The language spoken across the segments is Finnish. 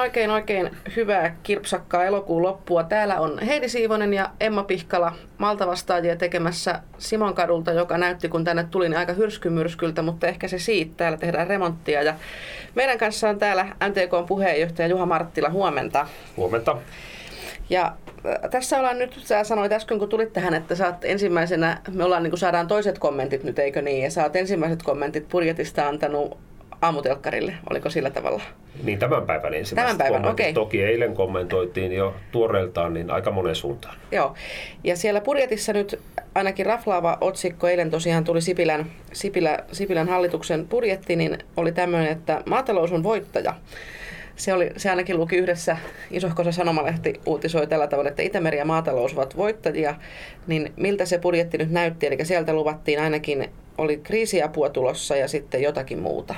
oikein hyvää kirpsakkaa elokuun loppua. Täällä on Heidi Siivonen ja Emma Pihkala Maltavastaajia tekemässä Simonkadulta, joka näytti kun tänne tuli niin aika hyrskymyrskyltä, mutta ehkä se siitä. Täällä tehdään remonttia ja meidän kanssa on täällä MTK:n puheenjohtaja Juha Marttila. Huomenta. Huomenta. Ja tässä ollaan nyt, sä sanoit äsken kun tulit tähän, että sä oot ensimmäisenä, me ollaan niin kuin saadaan toiset kommentit nyt, eikö niin? Ja sä oot ensimmäiset kommentit budjetista antanut aamutelkkarille, oliko sillä tavalla? Niin, tämän päivän ensimmäiset kommentit. Okay. Toki eilen kommentoitiin jo tuoreeltaan niin aika moneen suuntaan. Joo, ja siellä budjetissa nyt ainakin raflaava otsikko, eilen tosiaan tuli Sipilän hallituksen budjetti, niin oli tämmöinen, että maatalous on voittaja. Se ainakin luki yhdessä, Isohkossa Sanomalehti uutisoi tällä tavalla, että Itämeri ja maatalous ovat voittajia, niin miltä se budjetti nyt näytti? Eli sieltä luvattiin ainakin, oli kriisiapua tulossa ja sitten jotakin muuta.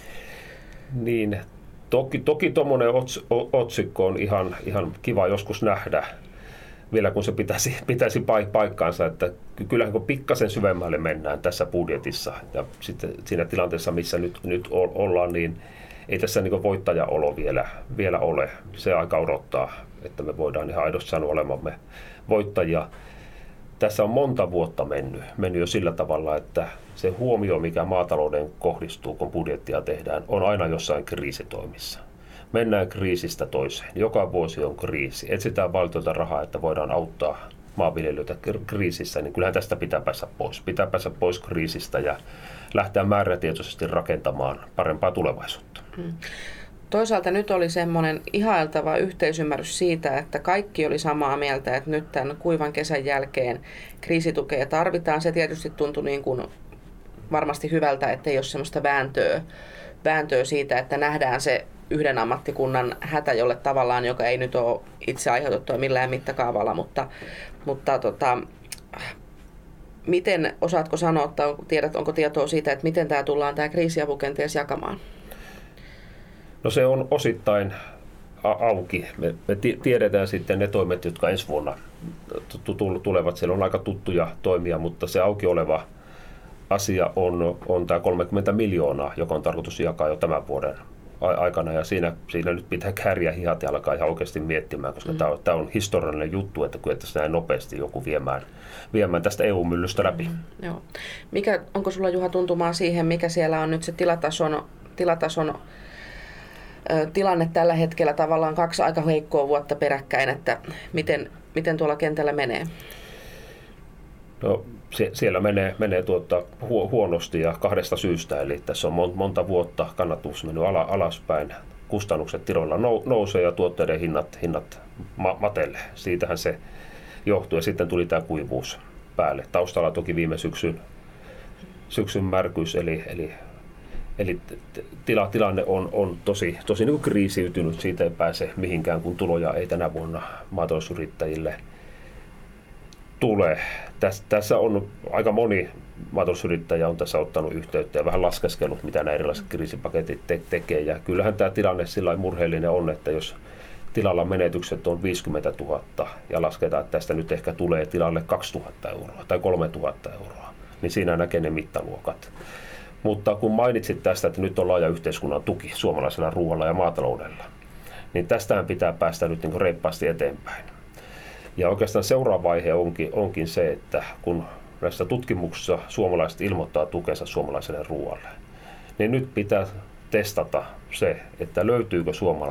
Niin, toki tuommoinen otsikko on ihan kiva joskus nähdä, vielä kun se pitäisi paikkaansa, että kyllähän kun pikkasen syvemmälle mennään tässä budjetissa ja sitten siinä tilanteessa, missä nyt ollaan, niin ei tässä niin voittajaolo vielä ole. Se aika odottaa, että me voidaan ihan aidosti sanoa olemamme voittajia. Tässä on monta vuotta mennyt jo sillä tavalla, että se huomio, mikä maatalouden kohdistuu, kun budjettia tehdään, on aina jossain kriisitoimissa. Mennään kriisistä toiseen. Joka vuosi on kriisi. Etsitään valtiolta rahaa, että voidaan auttaa maanviljelijöitä kriisissä, niin kyllähän tästä pitää päästä pois. Pitää päästä pois kriisistä ja lähteä määrätietoisesti rakentamaan parempaa tulevaisuutta. Toisaalta nyt oli semmoinen ihailtava yhteisymmärrys siitä, että kaikki oli samaa mieltä, että nyt tämän kuivan kesän jälkeen kriisitukea tarvitaan. Se tietysti tuntui niin kuin varmasti hyvältä, että ei ole semmoista vääntöä siitä, että nähdään se yhden ammattikunnan hätä, jolle tavallaan, joka ei nyt ole itse aiheutettua millään mittakaavalla, mutta miten, osaatko sanoa, että onko tietoa siitä, että miten tämä tullaan tämä kriisiapu kenties jakamaan? No se on osittain auki. Me tiedetään sitten ne toimet, jotka ensi vuonna tulevat. Siellä on aika tuttuja toimia, mutta se auki oleva asia on tämä 30 miljoonaa, joka on tarkoitus jakaa jo tämän vuoden aikana. Ja siinä nyt pitää kääriä hihat ja alkaa ihan oikeasti miettimään, koska tämä on historiallinen juttu, että kyettäisiin näin nopeasti joku viemään tästä EU-myllystä läpi. Joo. Onko sulla, Juha, tuntumaa siihen, mikä siellä on nyt se tilatason tilanne tällä hetkellä, tavallaan 2 aika heikkoa vuotta peräkkäin, että miten tuolla kentällä menee? No, siellä menee huonosti ja 2 syystä, eli tässä on monta vuotta kannatus mennyt alaspäin, kustannukset tiloilla nousee ja tuotteiden hinnat matelee. Siitähän se johtuu ja sitten tuli tämä kuivuus päälle. Taustalla toki viime syksyn märkyys, eli tilanne on tosi niin kuin kriisiytynyt, siitä ei pääse mihinkään, kun tuloja ei tänä vuonna maatalousyrittäjille tule. Tässä on aika moni maatalousyrittäjä on tässä ottanut yhteyttä ja vähän laskeskellut, mitä nämä erilaiset kriisipaketit tekee. Ja kyllähän tämä tilanne sillä murheellinen on, että jos tilalla menetykset on 50 000 ja lasketaan, että tästä nyt ehkä tulee tilalle 2 000 euroa tai 3 000 euroa, niin siinä näkee ne mittaluokat. Mutta kun mainitsit tästä, että nyt on laaja yhteiskunnan tuki suomalaisella ruoalla ja maataloudella, niin tästähän pitää päästä nyt niin reippaasti eteenpäin. Ja oikeastaan seuraava vaihe onkin se, että kun näissä tutkimuksissa suomalaiset ilmoittaa tukensa suomalaiselle ruoalle, niin nyt pitää testata se, että löytyykö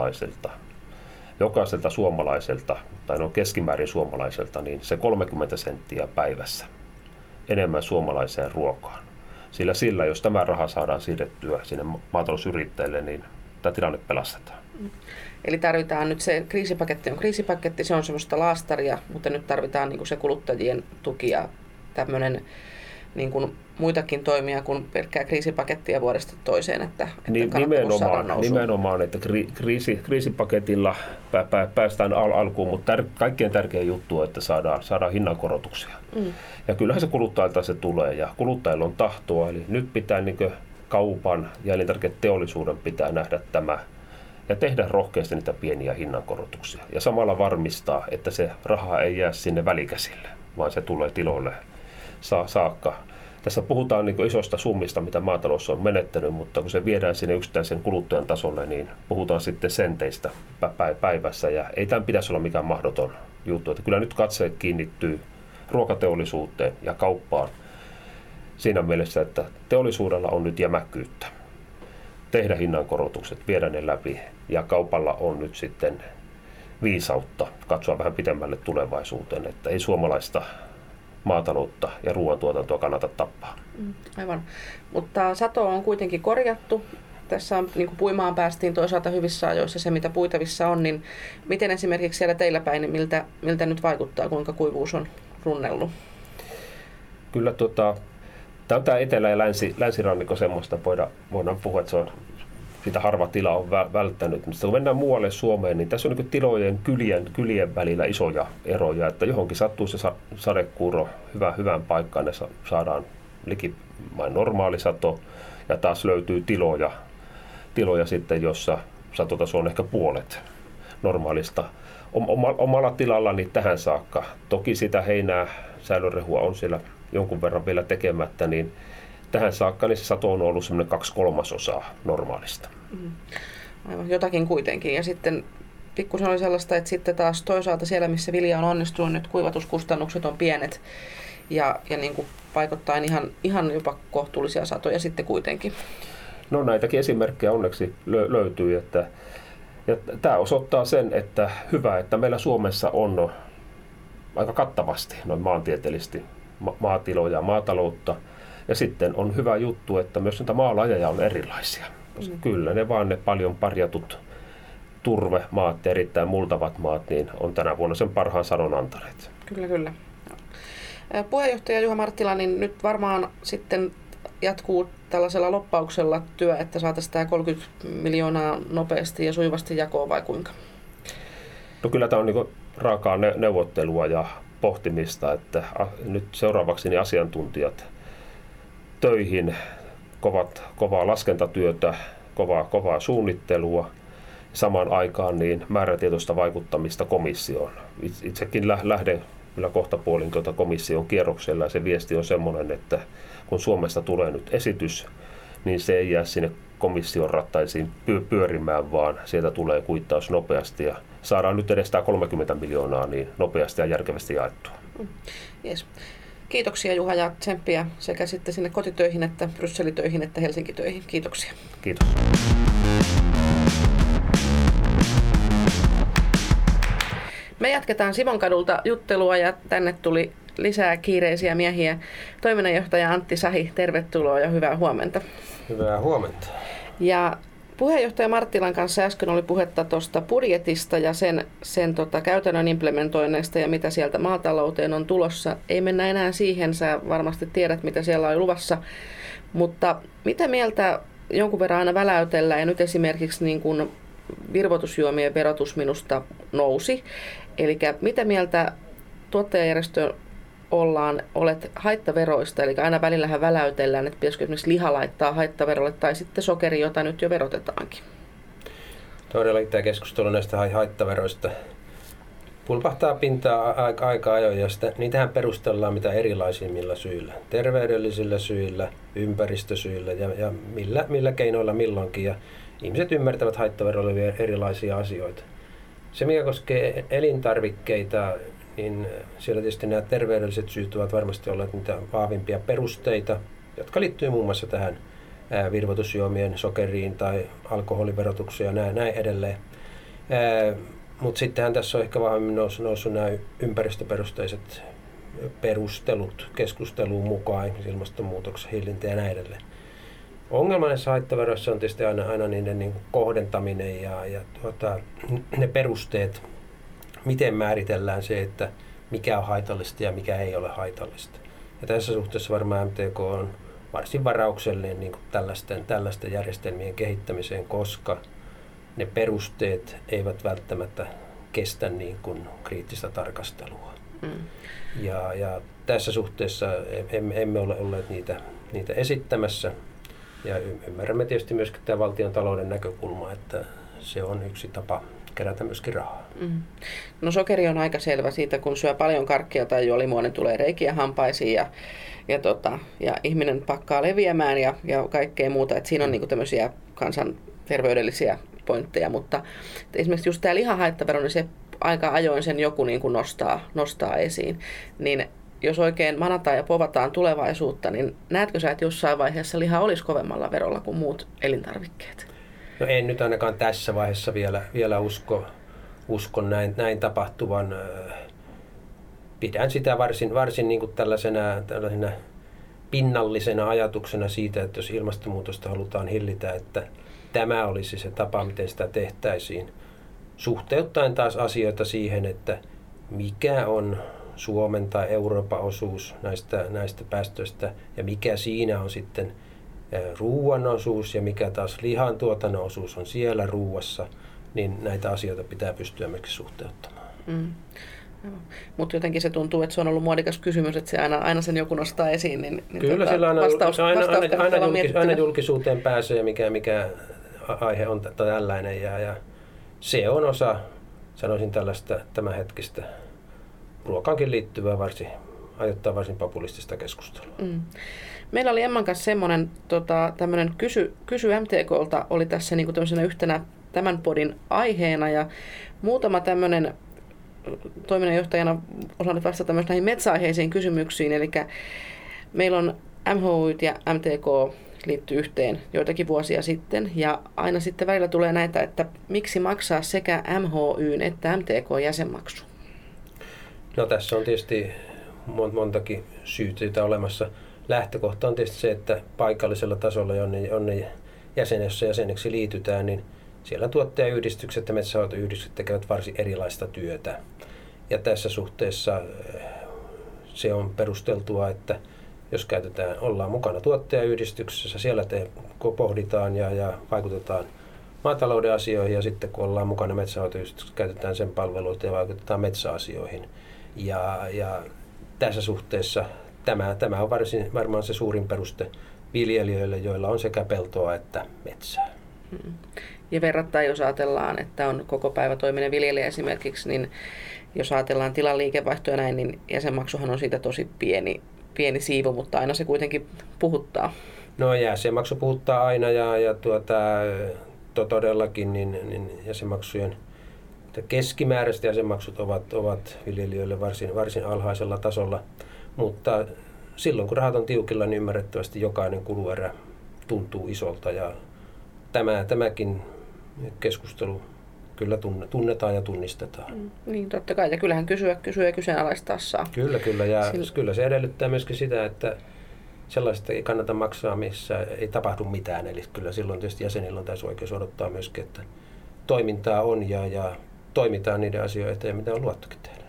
jokaiselta suomalaiselta, tai no keskimäärin suomalaiselta, niin se 30 senttiä päivässä enemmän suomalaiseen ruokaan. Sillä jos tämä raha saadaan siirrettyä sinne maatalousyrittäjille, niin tämä tilanne pelastetaan. Eli tarvitaan nyt se kriisipaketti, se on semmoista laastaria, mutta nyt tarvitaan niin kuin se kuluttajien tuki ja tämmöinen niin kuin muitakin toimia kuin pelkkää kriisipakettia vuodesta toiseen, että nimenomaan, että kriisipaketilla päästään alkuun, mutta kaikkein tärkein juttu on, että saadaan hinnankorotuksia. Ja kyllähän se kuluttajilta se tulee ja kuluttajilla on tahtoa, eli nyt pitää niin kuin kaupan ja elintarviketeollisuuden pitää nähdä tämä ja tehdä rohkeasti niitä pieniä hinnankorotuksia ja samalla varmistaa, että se raha ei jää sinne välikäsille, vaan se tulee tiloille saakka. Tässä puhutaan niin isosta summista, mitä maatalous on menettänyt, mutta kun se viedään sinne yksittäisen kuluttajan tasolle, niin puhutaan sitten senteistä päivässä. Ja ei tämän pitäisi olla mikään mahdoton juttu. Että kyllä nyt katseet kiinnittyy ruokateollisuuteen ja kauppaan siinä mielessä, että teollisuudella on nyt jämäkkyyttä tehdä hinnankorotukset, viedä ne läpi, ja kaupalla on nyt sitten viisautta katsoa vähän pitemmälle tulevaisuuteen, että ei suomalaista maataloutta ja ruoantuotantoa kannata tappaa. Aivan. Mutta sato on kuitenkin korjattu. Tässä on, niin kuin puimaan päästiin toisaalta hyvissä ajoissa se, mitä puitavissa on, niin miten esimerkiksi siellä teillä päin, niin miltä nyt vaikuttaa, kuinka kuivuus on runnellut? Kyllä tämä etelä- ja länsirannikko semmoista voidaan puhua, että se on, sitä harva tila on välttänyt. Mutta kun mennään muualle Suomeen, niin tässä on niin tilojen kylien välillä isoja eroja, että johonkin sattuu se sadekuuro hyvään paikkaan, ne saadaan likimain normaali sato, ja taas löytyy tiloja sitten, jossa satotaso on ehkä puolet normaalista omalla tilallani tähän saakka. Toki sitä heinää, säilörehua on siellä jonkun verran vielä tekemättä, niin tähän saakka niin se sato on ollut semmoinen 2/3 normaalista. Aivan, jotakin kuitenkin. Ja sitten pikkusen oli sellaista, että sitten taas toisaalta siellä, missä vilja on onnistunut, nyt kuivatuskustannukset on pienet ja niin kuin paikoittain ihan jopa kohtuullisia satoja sitten kuitenkin. No näitäkin esimerkkejä onneksi löytyy, että ja tämä osoittaa sen, että hyvä, että meillä Suomessa on aika kattavasti noin maantieteellisesti maatiloja ja maataloutta. Ja sitten on hyvä juttu, että myös näitä maalajeja on erilaisia. Kyllä ne paljon parjatut turvemaat ja erittäin multavat maat niin on tänä vuonna sen parhaan sadon antaneet. Kyllä. Puheenjohtaja Juha Marttila, niin nyt varmaan sitten jatkuu tällaisella loppauksella työ, että saataisiin tämä 30 miljoonaa nopeasti ja sujuvasti jakoon vai kuinka? No kyllä tämä on niin raakaa neuvottelua ja pohtimista, että nyt seuraavaksi niin asiantuntijat töihin, kovaa laskentatyötä, kovaa suunnittelua, samaan aikaan niin määrätietoista vaikuttamista komissioon. Itsekin lähden kyllä kohtapuolin komission kierroksella, ja se viesti on semmoinen, että kun Suomesta tulee nyt esitys, niin se ei jää sinne komission rattaisiin pyörimään, vaan sieltä tulee kuittaus nopeasti ja saadaan nyt edes tämä 30 miljoonaa niin nopeasti ja järkevästi jaettua. Yes. Kiitoksia Juha ja tsemppiä sekä sitten sinne kotitöihin, että Brysselitöihin, että Helsinki-töihin. Kiitoksia. Kiitos. Me jatketaan Simonkadulta juttelua ja tänne tuli lisää kiireisiä miehiä. Toiminnanjohtaja Antti Sahi, tervetuloa ja hyvää huomenta. Hyvää huomenta. Ja puheenjohtaja Marttilan kanssa äsken oli puhetta tuosta budjetista ja sen käytännön implementoinneista ja mitä sieltä maatalouteen on tulossa. Ei mennä enää siihen, sä varmasti tiedät mitä siellä on luvassa, mutta mitä mieltä jonkun verran aina väläytellään ja nyt esimerkiksi niin kuin virvoitusjuomien verotus nousi. Eli mitä mieltä tuottajajärjestö olet haittaveroista, eli aina välillähän väläytellään, että pitäisikö esimerkiksi liha laittaa haittaverolle tai sitten sokeri, jota nyt jo verotetaankin. Todellakin tämä keskustelu näistä haittaveroista pulpahtaa pintaa aika ajoin, ja niitähän perustellaan mitä erilaisimmilla syillä. Terveydellisillä syillä, ympäristösyillä ja millä keinoilla milloinkin. Ja ihmiset ymmärtävät haittaverolle erilaisia asioita. Se, mikä koskee elintarvikkeita, niin siellä tietysti nämä terveydelliset syyt ovat varmasti olleet niitä vahvimpia perusteita, jotka liittyy muun muassa tähän virvoitusjuomien sokeriin tai alkoholiverotukseen ja näin edelleen. Mutta sittenhän tässä on ehkä vahvemmin noussut nämä ympäristöperusteiset perustelut keskusteluun mukaan, ilmastonmuutoksen hillintä ja näin edelleen. Ongelma näissä haittaveroissa on tietysti aina niiden niin kohdentaminen ja ne perusteet, miten määritellään se, että mikä on haitallista ja mikä ei ole haitallista. Ja tässä suhteessa varmaan MTK on varsin varauksellinen niin kuin tällaisten järjestelmien kehittämiseen, koska ne perusteet eivät välttämättä kestä niin kuin kriittistä tarkastelua. Ja tässä suhteessa emme ole olleet niitä esittämässä. Ja ymmärrämme tietysti myöskin tämä valtion talouden näkökulma, että se on yksi kerätä myöskin rahaa. No sokeri on aika selvä siitä, kun syö paljon karkkia tai juolimuo, niin tulee reikiä hampaisiin ja ihminen pakkaa leviämään ja kaikkea muuta. Et siinä on niinku tämmöisiä kansanterveydellisiä pointteja, mutta esimerkiksi just tämä lihahaittavero, niin se aika ajoin sen joku niinku nostaa esiin. Niin jos oikein manataan ja povataan tulevaisuutta, niin näetkö sä, että jossain vaiheessa liha olisi kovemmalla verolla kuin muut elintarvikkeet? No en nyt ainakaan tässä vaiheessa vielä usko näin tapahtuvan. Pidän sitä varsin niin kuin tällaisena pinnallisena ajatuksena siitä, että jos ilmastonmuutosta halutaan hillitä, että tämä olisi se tapa, miten sitä tehtäisiin. Suhteuttaen taas asioita siihen, että mikä on Suomen tai Euroopan osuus näistä päästöistä ja mikä siinä on sitten ruuan osuus ja mikä taas lihan tuotannon osuus on siellä ruuassa, niin näitä asioita pitää pystyä myöskin suhteuttamaan. Mutta jotenkin se tuntuu, että se on ollut muodikas kysymys, että se aina sen joku nostaa esiin. Niin kyllä sillä aina julkisuuteen pääsee, mikä aihe on tällainen ja se on osa, sanoisin tällaista tämänhetkistä ruokaankin liittyvää aiheuttaa varsin populistista keskustelua. Meillä oli Emman kanssa semmoinen tämmöinen kysy MTK:lta oli tässä niinku tämmöisenä yhtenä tämän podin aiheena ja muutama tämmöinen toiminnanjohtajana osannut vastata myös näihin metsäaiheisiin kysymyksiin. Eli meillä on MHY ja MTK liittyy yhteen joitakin vuosia sitten ja aina sitten välillä tulee näitä, että miksi maksaa sekä MHY:n että MTK-jäsenmaksu? No tässä on tietysti montakin syytä olemassa. Lähtökohta on tietysti se, että paikallisella tasolla, jonne jäseneksi liitytään, niin siellä tuottajayhdistykset ja metsänhoitoyhdistykset tekevät varsin erilaista työtä. Ja tässä suhteessa se on perusteltua, että jos ollaan mukana tuottajayhdistyksessä, siellä pohditaan ja vaikutetaan maatalouden asioihin ja sitten kun ollaan mukana metsänhoitoyhdistyksessä, käytetään sen palveluita ja vaikutetaan metsäasioihin. Ja tässä suhteessa tämä on varmaan se suurin peruste viljelijöille, joilla on sekä peltoa että metsää. Ja verrattain, jos ajatellaan, että on koko päivä toiminen viljelijä esimerkiksi, niin jos ajatellaan tilan liikevaihtoja näin, niin jäsenmaksuhan on siitä tosi pieni siivu, mutta aina se kuitenkin puhuttaa. No jäsenmaksu puhuttaa aina ja todellakin niin jäsenmaksujen keskimääräiset jäsenmaksut ovat viljelijöille varsin alhaisella tasolla, mutta silloin kun rahat on tiukilla, niin ymmärrettävästi jokainen kuluerä tuntuu isolta ja tämäkin keskustelu kyllä tunnetaan ja tunnistetaan. Niin totta kai, ja kyllähän kysyä ja kyseenalaistaa saa. Kyllä, ja kyllä se edellyttää myöskin sitä, että sellaista ei kannata maksaa, missä ei tapahdu mitään. Eli kyllä silloin tietysti jäsenillä on täysin oikeus odottaa myöskin, että toimintaa on ja toimitaan niiden asioiden eteen, mitä on luottukin tehdä.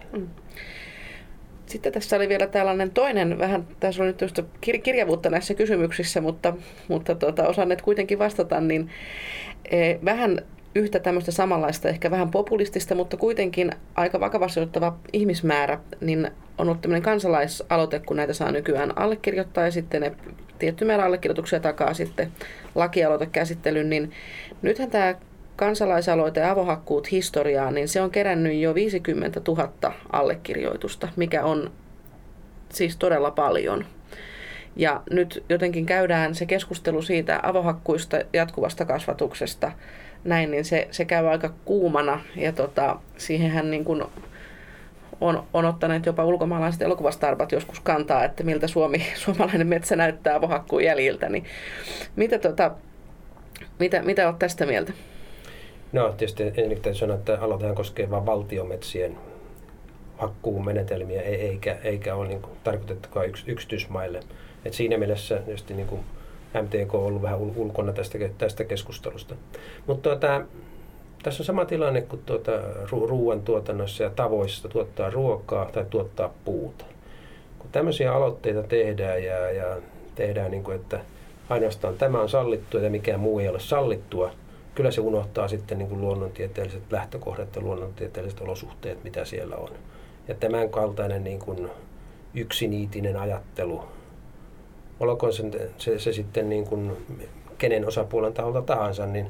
Sitten tässä oli vielä tällainen toinen, tässä on nyt just kirjavuutta näissä kysymyksissä, mutta osanneet kuitenkin vastata, niin vähän yhtä tämmöistä samanlaista, ehkä vähän populistista, mutta kuitenkin aika vakavasti otettava ihmismäärä, niin on ollut tämmöinen kansalaisaloite, kun näitä saa nykyään allekirjoittaa ja sitten ne tietty määrä allekirjoituksia takaa sitten lakialoitekäsittelyn, niin nythän tämä kansalaisaloite avohakkuut historiaan, niin se on kerännyt jo 50 000 allekirjoitusta, mikä on siis todella paljon. Ja nyt jotenkin käydään se keskustelu siitä avohakkuista, jatkuvasta kasvatuksesta, näin, niin se käy aika kuumana. Ja siihenhän niin kuin on ottaneet jopa ulkomaalaiset elokuvastarpat joskus kantaa, että miltä suomalainen metsä näyttää avohakkuun jäljiltä. Niin mitä olet tästä mieltä? No tietysti ensin täytyy sanoa, että aloitehan koskee vain valtiometsien hakkuumenetelmiä, eikä ole niin kuin tarkoitettukaan yksityismaille. Et siinä mielessä tietysti niin kuin MTK on ollut vähän ulkona tästä keskustelusta. Mutta tässä on sama tilanne kuin ruoan tuotannossa ja tavoissa tuottaa ruokaa tai tuottaa puuta. Kun tämmöisiä aloitteita tehdään ja tehdään niin kuin, että ainoastaan tämä on sallittua ja mikään muu ei ole sallittua, kyllä se unohtaa sitten niin kuin luonnontieteelliset lähtökohdat ja luonnontieteelliset olosuhteet, mitä siellä on. Ja tämän kaltainen niin kuin yksiniitinen ajattelu, olkoon se sitten niin kuin kenen osapuolen taholta tahansa, niin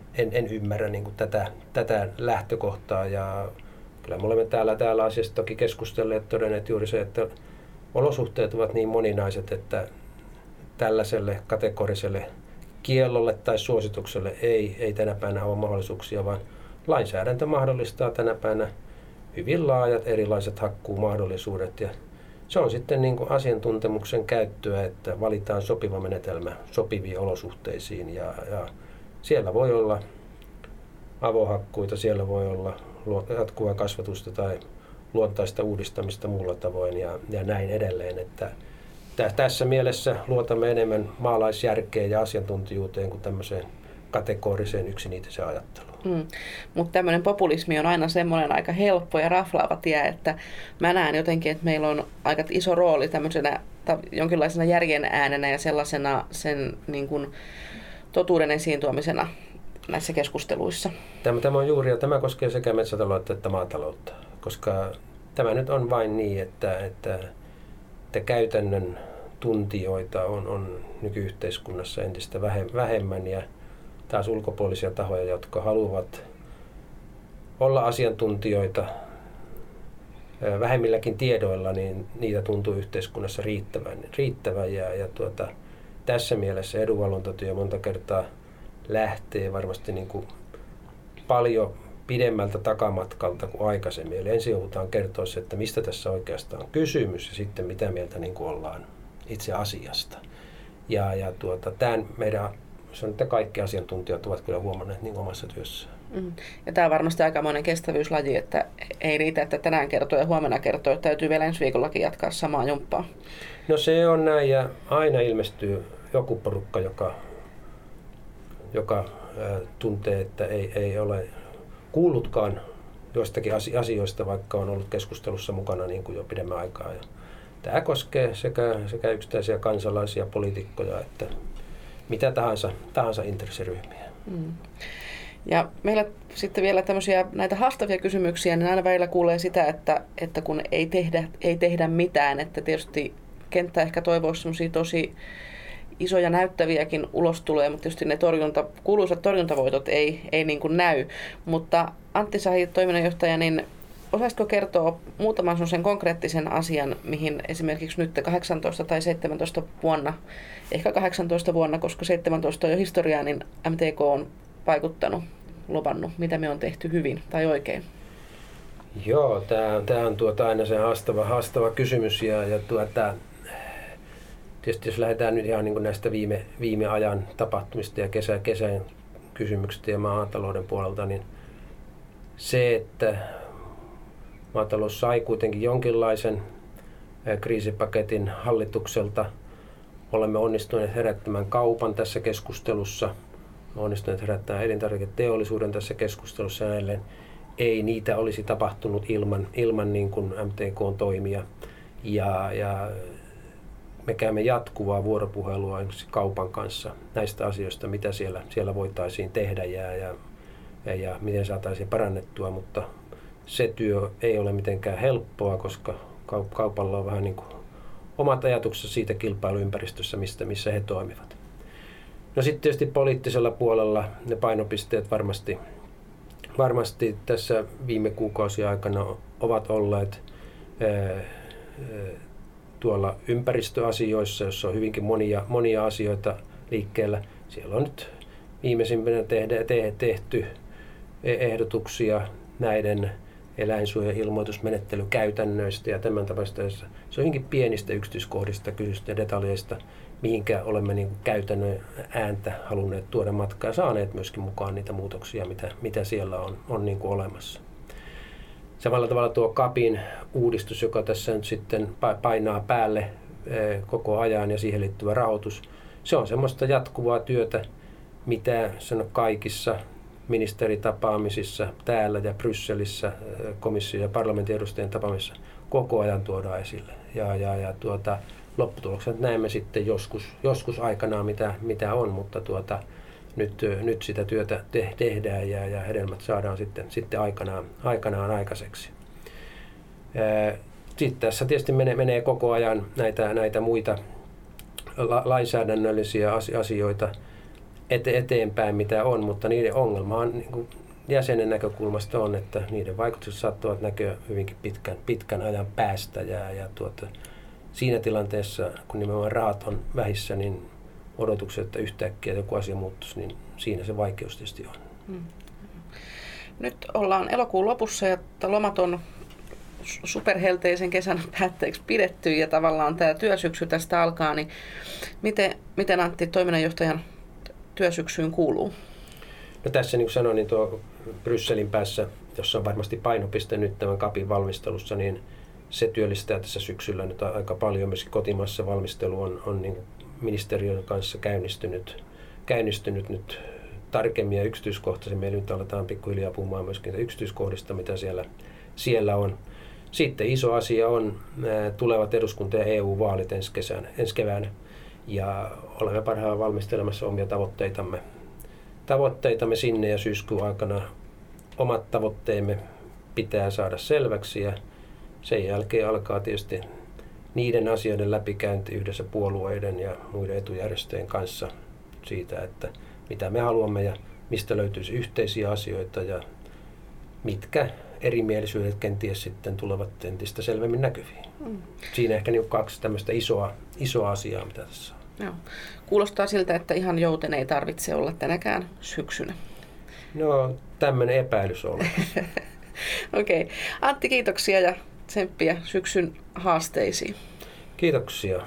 en ymmärrä niin kuin tätä lähtökohtaa. Ja kyllä me olemme täällä asiasta toki keskustelleet ja todenneet juuri se, että olosuhteet ovat niin moninaiset, että tällaiselle kategoriselle kiellolle tai suositukselle ei tänä päivänä ole mahdollisuuksia, vaan lainsäädäntö mahdollistaa tänä päivänä hyvin laajat erilaiset hakkuumahdollisuudet. Ja se on sitten niin kuin asiantuntemuksen käyttöä, että valitaan sopiva menetelmä sopiviin olosuhteisiin. Ja siellä voi olla avohakkuita, siellä voi olla jatkuvaa kasvatusta tai luontaista uudistamista muulla tavoin ja näin edelleen. Että tässä mielessä luotamme enemmän maalaisjärkeen ja asiantuntijuuteen kuin tämmöiseen kategoriseen yksinäiseen ajatteluun. Mutta tämmöinen populismi on aina semmoinen aika helppo ja raflaava tie, että mä näen jotenkin, että meillä on aika iso rooli tämmöisenä jonkinlaisena järjen äänenä ja sellaisena sen niin kuin totuuden esiin tuomisena näissä keskusteluissa. Tämä on juuri, ja tämä koskee sekä metsätaloutta että maataloutta, koska tämä nyt on vain niin, että käytännön tuntijoita on nykyyhteiskunnassa entistä vähemmän ja taas ulkopuolisia tahoja, jotka haluavat olla asiantuntijoita vähemmilläkin tiedoilla, niin niitä tuntuu yhteiskunnassa riittävän ja tässä mielessä edunvalvontatyö monta kertaa lähtee varmasti niin kuin paljon pidemmältä takamatkalta kuin aikaisemmin. Eli ensin joudutaan kertoa se, että mistä tässä oikeastaan on kysymys ja sitten mitä mieltä niin kuin ollaan itse asiasta. Tämän meidän, sanon, että kaikki asiantuntijat ovat kyllä huomanneet niin omassa työssään. Ja tämä on varmasti aikamoinen kestävyyslaji, että ei riitä, että tänään kertoo ja huomenna kertoo, että täytyy vielä ensi viikollakin jatkaa samaa jumppaa. No se on näin ja aina ilmestyy joku porukka, joka tuntee, että ei ole kuullutkaan joistakin asioista, vaikka on ollut keskustelussa mukana niin kuin jo pidemmän aikaa. Ja tämä koskee sekä yksittäisiä kansalaisia, poliitikkoja, että mitä tahansa intressiryhmiä. Ja meillä sitten vielä tämmöisiä näitä haastavia kysymyksiä, niin aina välillä kuulee sitä, että kun ei tehdä mitään, että tietysti kenttä ehkä toivoisi semmoisia tosi isoja näyttäviäkin ulostuloja, mutta tietysti ne kuuluisat torjuntavoitot ei niin kuin näy. Mutta Antti Sahi, toiminnanjohtaja, niin osaisitko kertoa muutaman sellaisen konkreettisen asian, mihin esimerkiksi nyt 18 tai 17 vuonna, ehkä 18 vuonna, koska 17 on jo historiaa, niin MTK on vaikuttanut, luvannut, mitä me on tehty hyvin tai oikein? Joo, tämä on aina se haastava kysymys tietysti jos lähdetään nyt ihan niin kuin näistä viime ajan tapahtumista ja kesän kysymyksistä ja maatalouden puolelta, niin se, että maatalous sai kuitenkin jonkinlaisen kriisipaketin hallitukselta, olemme onnistuneet herättämään kaupan tässä keskustelussa, onnistuneet herättämään elintarviketeollisuuden tässä keskustelussa ja näilleen. Ei niitä olisi tapahtunut ilman niin kuin MTK:n toimia ja me käymme jatkuvaa vuoropuhelua kaupan kanssa näistä asioista, mitä siellä voitaisiin tehdä ja miten saataisiin parannettua, mutta se työ ei ole mitenkään helppoa, koska kaupalla on vähän niin kuin omat ajatuksensa siitä kilpailuympäristössä, missä he toimivat. No sitten tietysti poliittisella puolella ne painopisteet varmasti tässä viime kuukausien aikana ovat olleet tuolla ympäristöasioissa, jossa on hyvinkin monia asioita liikkeellä. Siellä on nyt viimeisimpänä tehty ehdotuksia näiden eläinsuojeluilmoitusmenettelykäytännöistä ja tämän tapaista. Se on hyvinkin pienistä yksityiskohdista, kysystä ja detaljeista, mihinkä olemme niin kuin käytännön ääntä halunneet tuoda matkaan ja saaneet myöskin mukaan niitä muutoksia, mitä siellä on niin kuin olemassa. Samalla tavalla tuo CAPin uudistus, joka tässä nyt sitten painaa päälle koko ajan ja siihen liittyvä rahoitus, se on semmoista jatkuvaa työtä, mitä sanon kaikissa ministeritapaamisissa täällä ja Brysselissä, komission ja parlamentin edustajien tapaamisissa koko ajan tuodaan esille. Lopputulokset näemme sitten joskus aikanaan, mitä on, mutta nyt sitä työtä tehdään ja hedelmät saadaan sitten aikanaan aikaiseksi. Sitten tässä tietysti menee koko ajan näitä muita lainsäädännöllisiä asioita eteenpäin, mitä on, mutta niiden ongelma on niin kuin jäsenen näkökulmasta on, että niiden vaikutukset saattavat näkyä hyvinkin pitkän ajan päästä ja siinä tilanteessa, kun nimenomaan rahat on vähissä, niin odotukset, että yhtäkkiä joku asia muuttuisi, niin siinä se vaikeus tietysti on. Nyt ollaan elokuun lopussa ja lomat on superhelteisen kesän päätteeksi pidetty ja tavallaan tämä työsyksy tästä alkaa, niin miten Antti toiminnanjohtajan työsyksyyn kuuluu? No tässä niin kuin sanoin, niin tuo Brysselin päässä, jossa on varmasti painopiste nyt tämän CAPin valmistelussa, niin se työllistää tässä syksyllä nyt aika paljon. Myös kotimaassa valmistelu on niin ministeriön kanssa käynnistynyt nyt tarkemmin ja yksityiskohtaisemmin. Eli nyt aletaan pikkuhiljaa puhumaan myöskin yksityiskohdista, mitä siellä on. Sitten iso asia on tulevat eduskunta- ja EU-vaalit ensi keväänä. Ja olemme parhaillaan valmistelemassa omia tavoitteitamme sinne ja syyskuun aikana omat tavoitteemme pitää saada selväksi ja sen jälkeen alkaa tietysti niiden asioiden läpikäynti yhdessä puolueiden ja muiden etujärjestöjen kanssa siitä, että mitä me haluamme ja mistä löytyisi yhteisiä asioita ja mitkä erimielisyydet kenties sitten tulevat entistä selvemmin näkyviin. Siinä ehkä niin 2 tämmöistä isoa asiaa, mitä tässä on. Joo. Kuulostaa siltä, että ihan jouten ei tarvitse olla tänäkään syksynä. No, tämmöinen epäilys on. Okei. Antti, kiitoksia ja tsemppiä syksyn haasteisiin. Kiitoksia.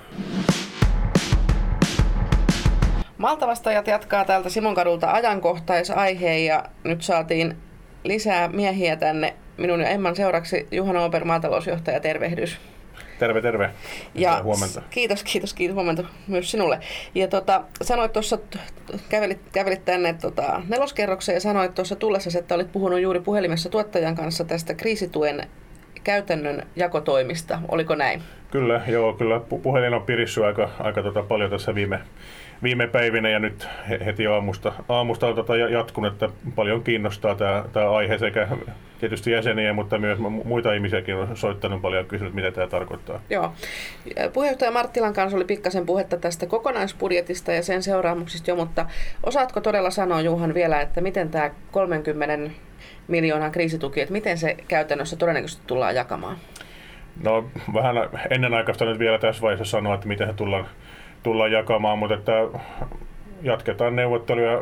Maltavastajat jatkaa täältä Simonkadulta ajankohtaisaiheen ja nyt saatiin lisää miehiä tänne. Minun ja Emman seuraksi Juha Nooper, maatalousjohtaja, tervehdys. Terve. Ja huomenta. Kiitos huomenta myös sinulle. Ja sanoit tuossa, kävelit tänne neloskerrokseen ja sanoit tuossa tullessasi, että olit puhunut juuri puhelimessa tuottajan kanssa tästä kriisituen käytännön jakotoimista. Oliko näin? Kyllä puhelin on pirissyt aika paljon tässä viime päivinä ja nyt heti aamusta on jatkunut, että paljon kiinnostaa tämä aihe sekä tietysti jäseniä, mutta myös muita ihmisiäkin on soittanut paljon ja kysynyt, mitä tämä tarkoittaa. Joo. Puheenjohtaja Marttilan kanssa oli pikkasen puhetta tästä kokonaisbudjetista ja sen seuraamuksista jo, mutta osaatko todella sanoa, Juhan, vielä, että miten tämä 30 miljoonan kriisituki, että miten se käytännössä todennäköisesti tullaan jakamaan? No vähän ennenaikaista nyt vielä tässä vaiheessa sanoa, että miten se tullaan jakamaan, mutta että jatketaan neuvotteluja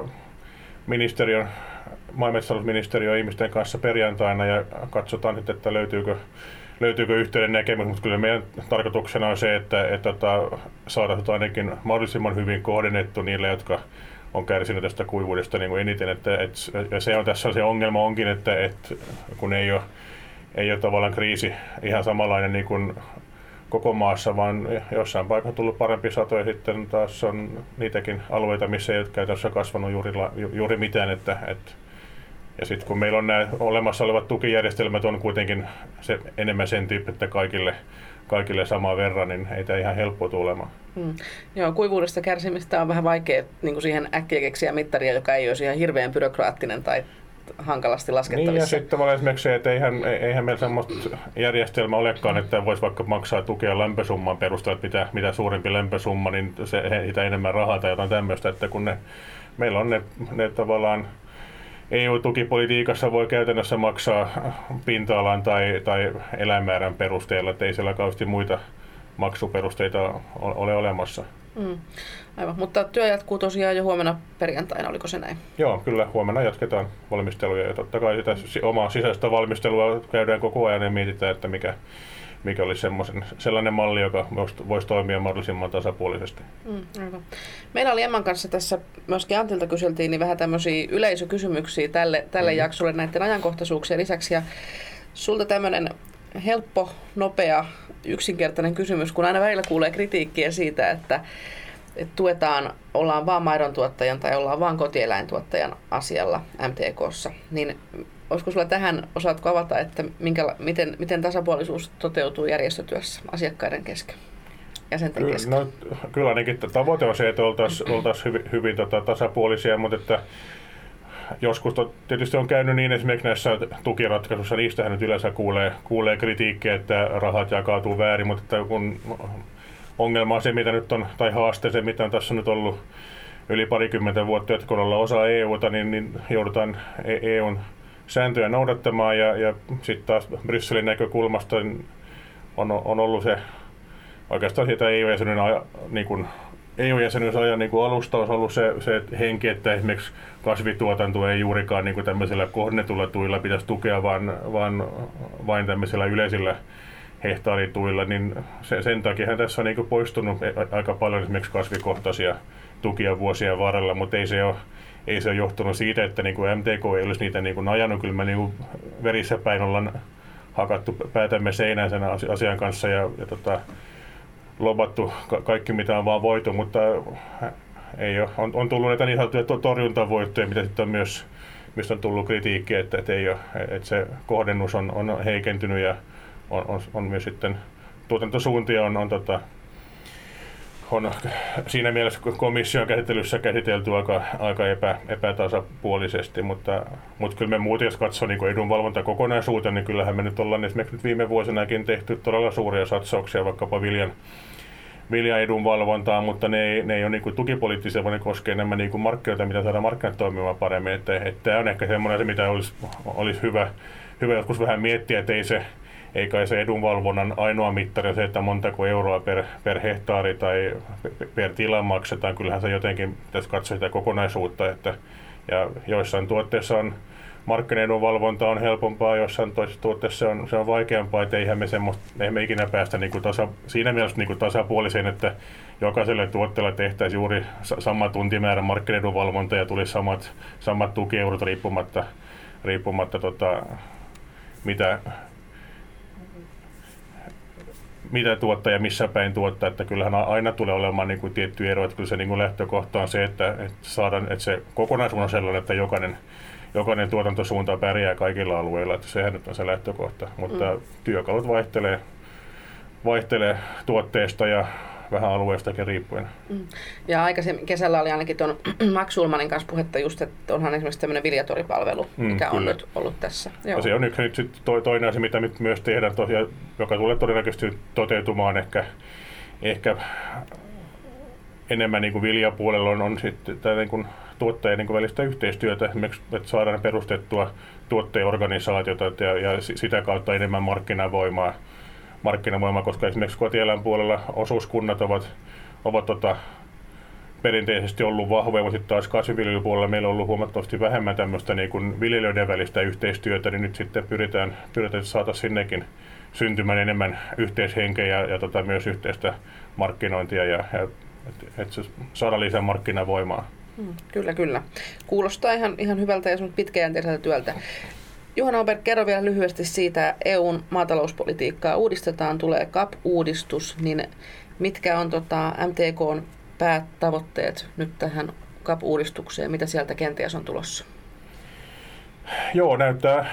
maa- ja metsätalousministeriön ihmisten kanssa perjantaina ja katsotaan sitten, että löytyykö yhteinen näkemys, mutta kyllä meidän tarkoituksena on se, että saadaan ainakin mahdollisimman hyvin kohdennettu niille, jotka on kärsinyt tästä kuivuudesta niin kuin eniten. Ja se on tässä se ongelma onkin, että kun ei ole tavallaan kriisi ihan samanlainen niin kuin koko maassa, vaan jossain paikassa tullut parempi sato ja sitten taas on niitäkin alueita, missä ei ole käytännössä kasvanut juuri mitään. Ja sitten kun meillä on nämä olemassa olevat tukijärjestelmät on kuitenkin enemmän sen tyyppi, että kaikille saman verran, niin ei tämä ihan helppoa tulemaan. Joo, kuivuudesta kärsimistä on vähän vaikea niin kuin siihen äkkiä keksiä mittaria, joka ei olisi ihan hirveän byrokraattinen tai hankalasti laskettavissa. Niin ja sitten tavallaan esimerkiksi se, että eihän meillä sellaista järjestelmää olekaan, että voisi vaikka maksaa tukea lämpösumman perusteella, että mitä suurempi lämpösumma, niin sitä enemmän rahaa tai jotain tämmöistä, että kun meillä on ne tavallaan EU-tukipolitiikassa voi käytännössä maksaa pinta-alan tai eläinmäärän perusteella, että ei siellä kauheasti muita maksuperusteita ole olemassa. Aivan, mutta työ jatkuu tosiaan jo huomenna perjantaina, oliko se näin? Joo, kyllä huomenna jatketaan valmisteluja ja totta kai sitä omaa sisäistä valmistelua käydään koko ajan ja mietitään, että mikä olisi sellainen malli, joka voisi toimia mahdollisimman tasapuolisesti. Aivan. Meillä oli Emman kanssa tässä, myöskin Antilta kyseltiin, niin vähän tämmöisiä yleisökysymyksiä tälle jaksolle näiden ajankohtaisuuksien lisäksi. Ja sulta tämmöinen helppo, nopea, yksinkertainen kysymys, kun aina välillä kuulee kritiikkiä siitä, että ollaan vaan maidontuottajan tai ollaan vaan kotieläintuottajan asialla MTK:ssa, niin olisiko sulla tähän, osaatko avata, että miten tasapuolisuus toteutuu järjestötyössä asiakkaiden kesken, jäsenten kesken? No, kyllä ainakin tavoite on se, että oltaisiin hyvin tasapuolisia, mutta että joskus tietysti on käynyt niin esimerkiksi näissä tukiratkaisuissa, niistähän nyt yleensä kuulee kritiikkiä, että rahat jakautuu väärin, mutta että kun ongelma on se, mitä nyt on, tai haaste se, mitä on tässä nyt ollut yli parikymmentä vuotta, jotka ollaan osa EUta, niin joudutaan EUn sääntöjä noudattamaan ja sitten taas Brysselin näkökulmasta on ollut se oikeastaan siitä EU-jäsenyysajan niin alusta on ollut se henki, että esimerkiksi kasvituotanto ei juurikaan niin kuin tämmöisellä kohdennetulla tuilla pitäisi tukea, vaan vain tämmöisellä yleisillä hehtaarituilla, niin sen takia tässä on niin kuin poistunut aika paljon esimerkiksi kasvikohtaisia tukia vuosien varrella, mutta ei se ole johtunut siitä, että niin kuin MTK ei olisi niitä niin kuin ajanut. Kyllä me niin kuin verissä päin ollaan hakattu päätämme seinään sen asian kanssa ja lobattu kaikki mitä on vaan voitu, mutta ei ole. On tullut näitä niin sanottuja torjuntavoittoja, mitä sitten on myös, mistä on tullut kritiikkiä, että ei ole, että se kohdennus on heikentynyt ja on myös sitten tuotantosuuntia on siinä mielessä komission käsittelyssä käsitelty aika epätasapuolisesti, mutta kyllä me muuten, jos katsoo niin edunvalvonta kokonaisuuteen, niin kyllähän me nyt ollaan esimerkiksi nyt viime vuosinakin tehty todella suuria satsauksia vaikkapa viljan edunvalvontaan, mutta ne ei ole niin tukipoliittisia, vaan ne koskee enemmän niin markkinoita, mitä saadaan markkinat toimimaan paremmin. Että tämä on ehkä semmoinen se, mitä olisi hyvä joskus vähän miettiä, että ei kai se edunvalvonnan ainoa mittari on se, että montako euroa per hehtaari tai per tila maksetaan. Kyllähän se jotenkin pitäisi katsoa sitä kokonaisuutta. Ja joissain tuotteissa on markkinaedunvalvonta on helpompaa, joissain toisissa tuotteissa se on vaikeampaa. Että eihän me ikinä päästä siinä mielessä tasapuoliseen, että jokaiselle tuotteelle tehtäisiin juuri sama tuntimäärä markkinaedunvalvonta ja tulisi samat tukieurot riippumatta mitä tuottaa ja missä päin tuottaa, että kyllähän aina tulee olemaan niin kuin tietty ero, että kyllä se niin kuin lähtökohta on se, että se kokonaisuus on sellainen, että jokainen tuotantosuunta pärjää kaikilla alueilla, että sehän nyt on se lähtökohta, mutta työkalut vaihtelee tuotteesta ja vähän alueestakin riippuen. Ja aikaisemmin kesällä oli ainakin tuon Max Schulmanin kanssa puhetta just, että onhan esimerkiksi tämmöinen viljatoripalvelu, mikä on nyt ollut tässä. Joo. Se on nyt toinen asia, mitä nyt myös tehdään tosiaan, joka tulee todennäköisesti toteutumaan ehkä enemmän niin kuin viljapuolella on sitten tämä niin kuin tuottajien niin kuin välistä yhteistyötä, esimerkiksi että saadaan perustettua tuottajaorganisaatiota ja sitä kautta enemmän markkinavoimaa, koska esimerkiksi kotieläin puolella osuuskunnat ovat perinteisesti ollut vahvoja, mutta sitten taas kasvinviljelypuolella meillä on ollut huomattavasti vähemmän tämmöistä niin kuin viljelijöiden välistä yhteistyötä, niin nyt sitten pyritään saada sinnekin syntymään enemmän yhteishenkeä ja myös yhteistä markkinointia ja että saada lisää markkinavoimaa. Kyllä. Kuulostaa ihan hyvältä ja pitkäjänteiseltä työltä. Juha Nauberg, kerro vielä lyhyesti siitä, EUn maatalouspolitiikkaa uudistetaan, tulee CAP-uudistus, niin mitkä on MTK:n päätavoitteet nyt tähän CAP-uudistukseen, mitä sieltä kenties on tulossa? Joo, näyttää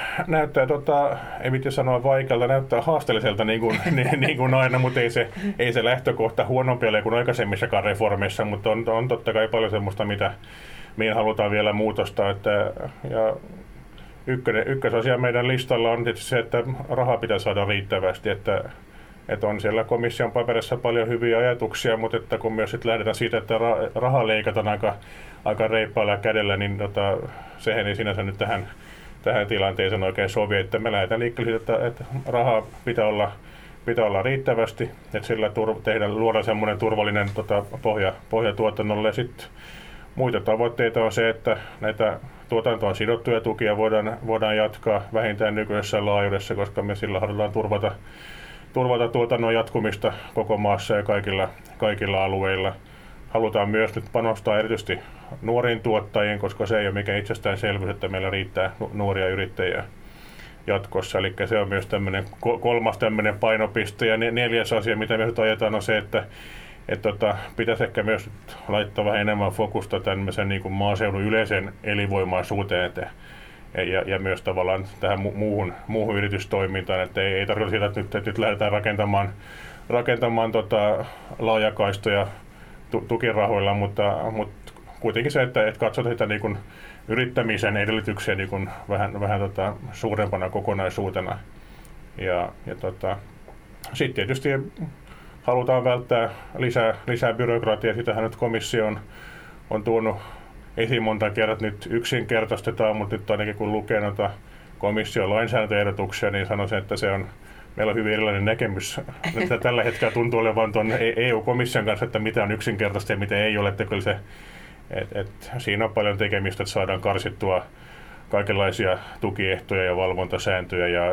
ei mitään sanoa vaikealta, näyttää haasteelliselta niin kuin aina, mutta ei se lähtökohta huonompi ole kuin aikaisemmissakaan reformeissa, mutta on totta kai paljon semmoista, mihin halutaan vielä muutosta. Ja ykkösasia meidän listalla on tietysti se, että rahaa pitää saada riittävästi, että on siellä komission paperissa paljon hyviä ajatuksia, mutta että kun myös lähdetään siitä, että rahaa leikataan aika reippaalla kädellä, niin sehän ei sinänsä nyt tähän tilanteeseen oikein sovi, että me lähdetään liikkeelle siitä, että rahaa pitää olla riittävästi, että sillä luodaan semmoinen turvallinen pohja tuotannolle. Sitten muita tavoitteita on se, että näitä tuotantoon sidottuja tukia voidaan jatkaa vähintään nykyisessä laajuudessa, koska me sillä halutaan turvata tuotannon jatkumista koko maassa ja kaikilla alueilla. Halutaan myös nyt panostaa erityisesti nuoriin tuottajiin, koska se ei ole mikään itsestäänselvyys, että meillä riittää nuoria yrittäjiä jatkossa. Eli se on myös kolmas painopiste. Ja neljäs asia, mitä me nyt ajetaan, on se, että pitäisi ehkä myös laittaa vähän enemmän fokusta tämmöisen niin kuin maaseudun yleisen elinvoimaisuuteen ja myös tavallaan tähän muuhun yritystoimintaan, että ei tarkoita sitä, että nyt lähdetään rakentamaan laajakaistoja tukirahoilla, mutta kuitenkin se, että katsotaan sitä niin kuin yrittämisen edellytyksiä niin kuin vähän suurempana kokonaisuutena. Sitten tietysti halutaan välttää lisää byrokratiaa. Sitähän nyt komissio on tuonut esiin monta kertaa, että nyt yksinkertaistetaan, mutta nyt ainakin kun lukee noita komission lainsäädäntöehdotuksia, niin sanoisin, että meillä on hyvin erilainen näkemys. Tällä hetkellä tuntuu olevan tuon EU-komission kanssa, että mitä on yksinkertaista ja mitä ei ole. Että kyllä siinä on paljon tekemistä, että saadaan karsittua kaikenlaisia tukiehtoja ja valvontasääntöjä ja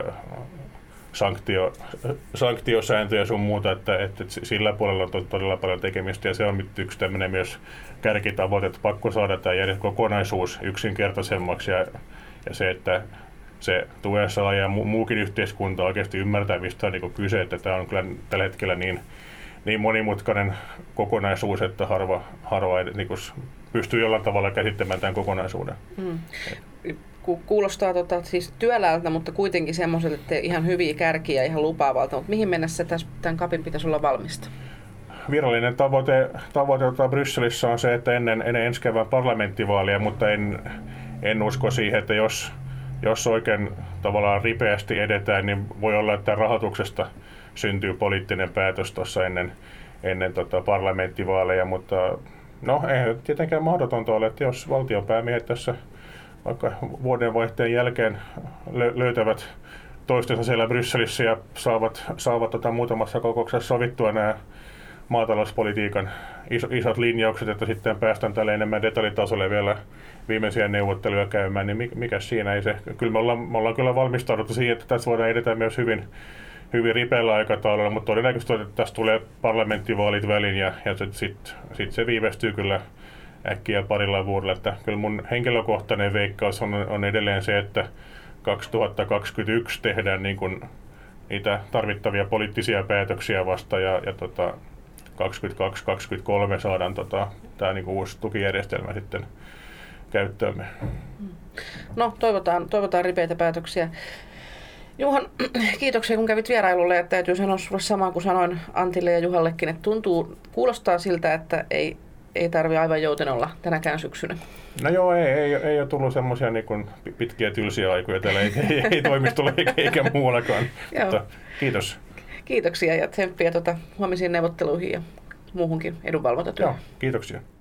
sanktiosääntöjä sun muuta, että sillä puolella on todella paljon tekemistä ja se on yksi tämmöinen myös kärkitavoite, että pakko saada tämä kokonaisuus yksinkertaisemmaksi ja se, että se tuensaaja ja muukin yhteiskunta oikeasti ymmärtää, mistä on niin kyse, että tämä on kyllä tällä hetkellä niin monimutkainen kokonaisuus, että harva niin pystyy jollain tavalla käsittämään tämän kokonaisuuden. Kuulostaa siis työläältä, mutta kuitenkin semmoiselta, että ihan hyviä kärkiä ihan lupaavalta. Mutta mihin mennessä tämän CAPin pitäisi olla valmista? Virallinen tavoite Brysselissä on se, että ennen ensi kevään parlamenttivaalia, mutta en usko siihen, että jos oikein tavallaan ripeästi edetään, niin voi olla, että rahoituksesta syntyy poliittinen päätös tuossa ennen parlamenttivaaleja, mutta no ei tietenkään mahdotonta ole, että jos valtionpäämiehet tässä vaikka vuodenvaihteen jälkeen löytävät toistensa siellä Brysselissä ja saavat muutamassa kokouksessa sovittua nämä maatalouspolitiikan isot linjaukset, että sitten päästään tälle enemmän detaljitasolle vielä viimeisiä neuvotteluja käymään, niin mikä siinä ei se. Kyllä me ollaan kyllä valmistauduttu siihen, että tässä voidaan edetä myös hyvin ripeällä aikataululla, mutta todennäköisesti että tästä tulee parlamenttivaalit väliin ja sitten se viivästyy kyllä äkkiä parilla vuodella. Että kyllä mun henkilökohtainen veikkaus on edelleen se, että 2021 tehdään niin kuin niitä tarvittavia poliittisia päätöksiä vasta ja 2022-2023 saadaan tämä niin kuin uusi tukijärjestelmä sitten käyttöömme. No toivotaan ripeitä päätöksiä. Juhan, kiitoksia kun kävit vierailulle ja täytyy sanoa sinulle samaa kuin sanoin Antille ja Juhallekin, että kuulostaa siltä, että ei tarvitse aivan jouten olla tänäkään syksynä. No joo, ei ole tullut semmoisia niin kuin pitkiä tylsiä aikoja täällä, ei toimistolla eikä muuallakaan. Mutta kiitos. Kiitoksia ja tsemppiä huomisiin neuvotteluihin ja muuhunkin edunvalvontatyöhön. Joo, kiitoksia.